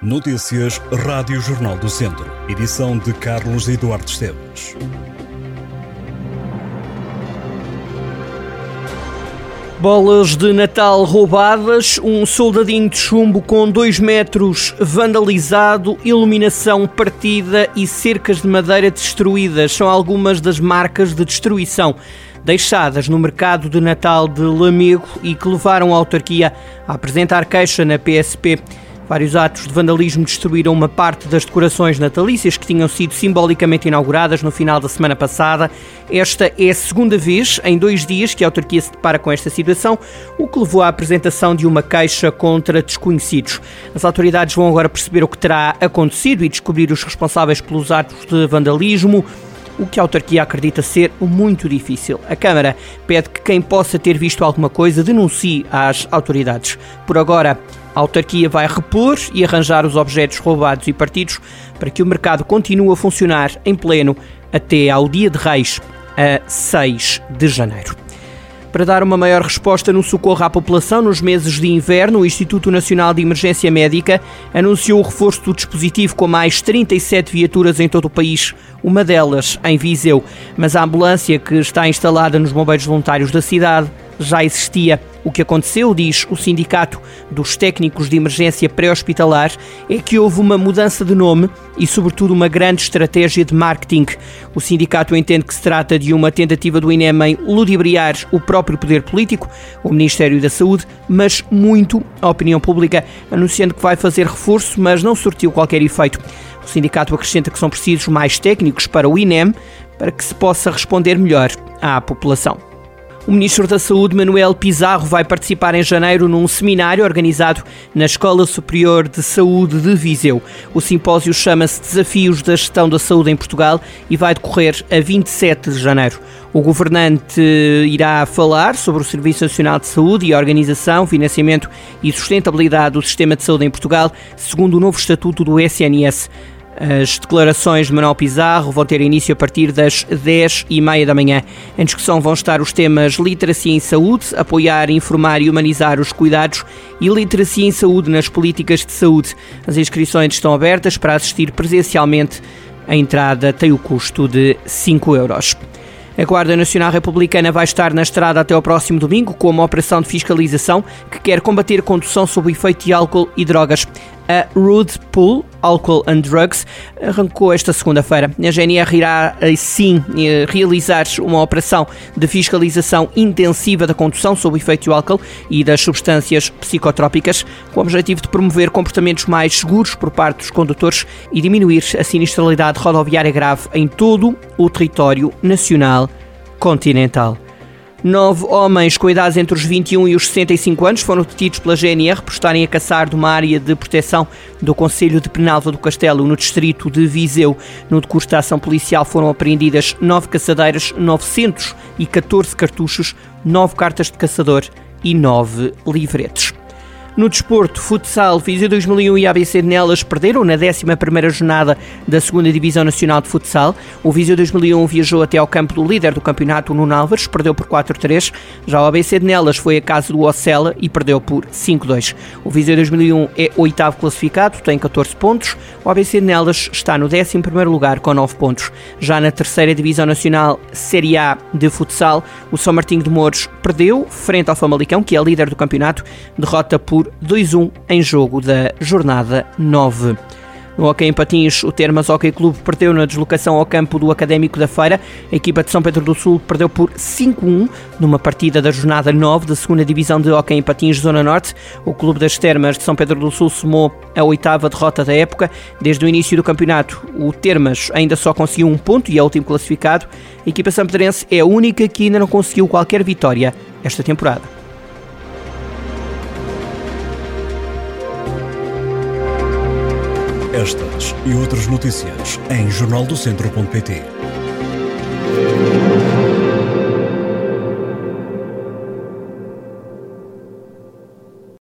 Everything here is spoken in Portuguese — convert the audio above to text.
Notícias Rádio Jornal do Centro. Edição de Carlos Eduardo Esteves. Bolas de Natal roubadas, um soldadinho de chumbo com 2 metros vandalizado, iluminação partida e cercas de madeira destruídas. São algumas das marcas de destruição deixadas no mercado de Natal de Lamego e que levaram a autarquia a apresentar queixa na PSP. Vários atos de vandalismo destruíram uma parte das decorações natalícias que tinham sido simbolicamente inauguradas no final da semana passada. Esta é a segunda vez em 2 dias que a autarquia se depara com esta situação, o que levou à apresentação de uma queixa contra desconhecidos. As autoridades vão agora perceber o que terá acontecido e descobrir os responsáveis pelos atos de vandalismo, o que a autarquia acredita ser muito difícil. A Câmara pede que quem possa ter visto alguma coisa denuncie às autoridades. Por agora, a autarquia vai repor e arranjar os objetos roubados e partidos para que o mercado continue a funcionar em pleno até ao Dia de Reis, a 6 de janeiro. Para dar uma maior resposta no socorro à população nos meses de inverno, o Instituto Nacional de Emergência Médica anunciou o reforço do dispositivo com mais 37 viaturas em todo o país, uma delas em Viseu. Mas a ambulância que está instalada nos bombeiros voluntários da cidade já existia. O que aconteceu, diz o Sindicato dos Técnicos de Emergência Pré-Hospitalar, é que houve uma mudança de nome e, sobretudo, uma grande estratégia de marketing. O sindicato entende que se trata de uma tentativa do INEM em ludibriar o próprio poder político, o Ministério da Saúde, mas muito a opinião pública, anunciando que vai fazer reforço, mas não surtiu qualquer efeito. O sindicato acrescenta que são precisos mais técnicos para o INEM para que se possa responder melhor à população. O Ministro da Saúde, Manuel Pizarro, vai participar em janeiro num seminário organizado na Escola Superior de Saúde de Viseu. O simpósio chama-se Desafios da Gestão da Saúde em Portugal e vai decorrer a 27 de janeiro. O governante irá falar sobre o Serviço Nacional de Saúde e a organização, financiamento e sustentabilidade do sistema de saúde em Portugal, segundo o novo estatuto do SNS. As declarações de Manuel Pizarro vão ter início a partir das 10h30 da manhã. Em discussão vão estar os temas literacia em saúde, apoiar, informar e humanizar os cuidados e literacia em saúde nas políticas de saúde. As inscrições estão abertas para assistir presencialmente. A entrada tem o custo de 5 euros. A Guarda Nacional Republicana vai estar na estrada até ao próximo domingo com uma operação de fiscalização que quer combater a condução sob o efeito de álcool e drogas. A Road Pool Alcohol and Drugs arrancou esta segunda-feira. A GNR irá, sim, realizar uma operação de fiscalização intensiva da condução sob o efeito do álcool e das substâncias psicotrópicas, com o objetivo de promover comportamentos mais seguros por parte dos condutores e diminuir a sinistralidade rodoviária grave em todo o território nacional continental. 9 homens com idades entre os 21 e os 65 anos foram detidos pela GNR por estarem a caçar de uma área de proteção do concelho de Penalva do Castelo, no distrito de Viseu. No decurso da ação policial foram apreendidas 9 caçadeiras, 914 cartuchos, 9 cartas de caçador e 9 livretes. No desporto, futsal, Viseu 2001 e ABC de Nelas perderam na 11ª jornada da 2ª Divisão Nacional de Futsal. O Viseu 2001 viajou até ao campo do líder do campeonato, Nuno Álvares, perdeu por 4-3. Já o ABC de Nelas foi a casa do Ocela e perdeu por 5-2. O Viseu 2001 é 8º classificado, tem 14 pontos. O ABC de Nelas está no 11º lugar com 9 pontos. Já na 3ª Divisão Nacional Série A de Futsal, o São Martinho de Mouros perdeu frente ao Famalicão, que é líder do campeonato, derrota por 2-1 em jogo da jornada 9. No hóquei em patins, o Termas Hóquei Clube perdeu na deslocação ao campo do Académico da Feira. A equipa de São Pedro do Sul perdeu por 5-1 numa partida da jornada 9 da 2ª Divisão de Hóquei em Patins Zona Norte. O Clube das Termas de São Pedro do Sul somou a 8ª derrota da época. Desde o início do campeonato, o Termas ainda só conseguiu 1 ponto e é o último classificado. A equipa sampedrense é a única que ainda não conseguiu qualquer vitória esta temporada. Estas e outras notícias em jornaldocentro.pt.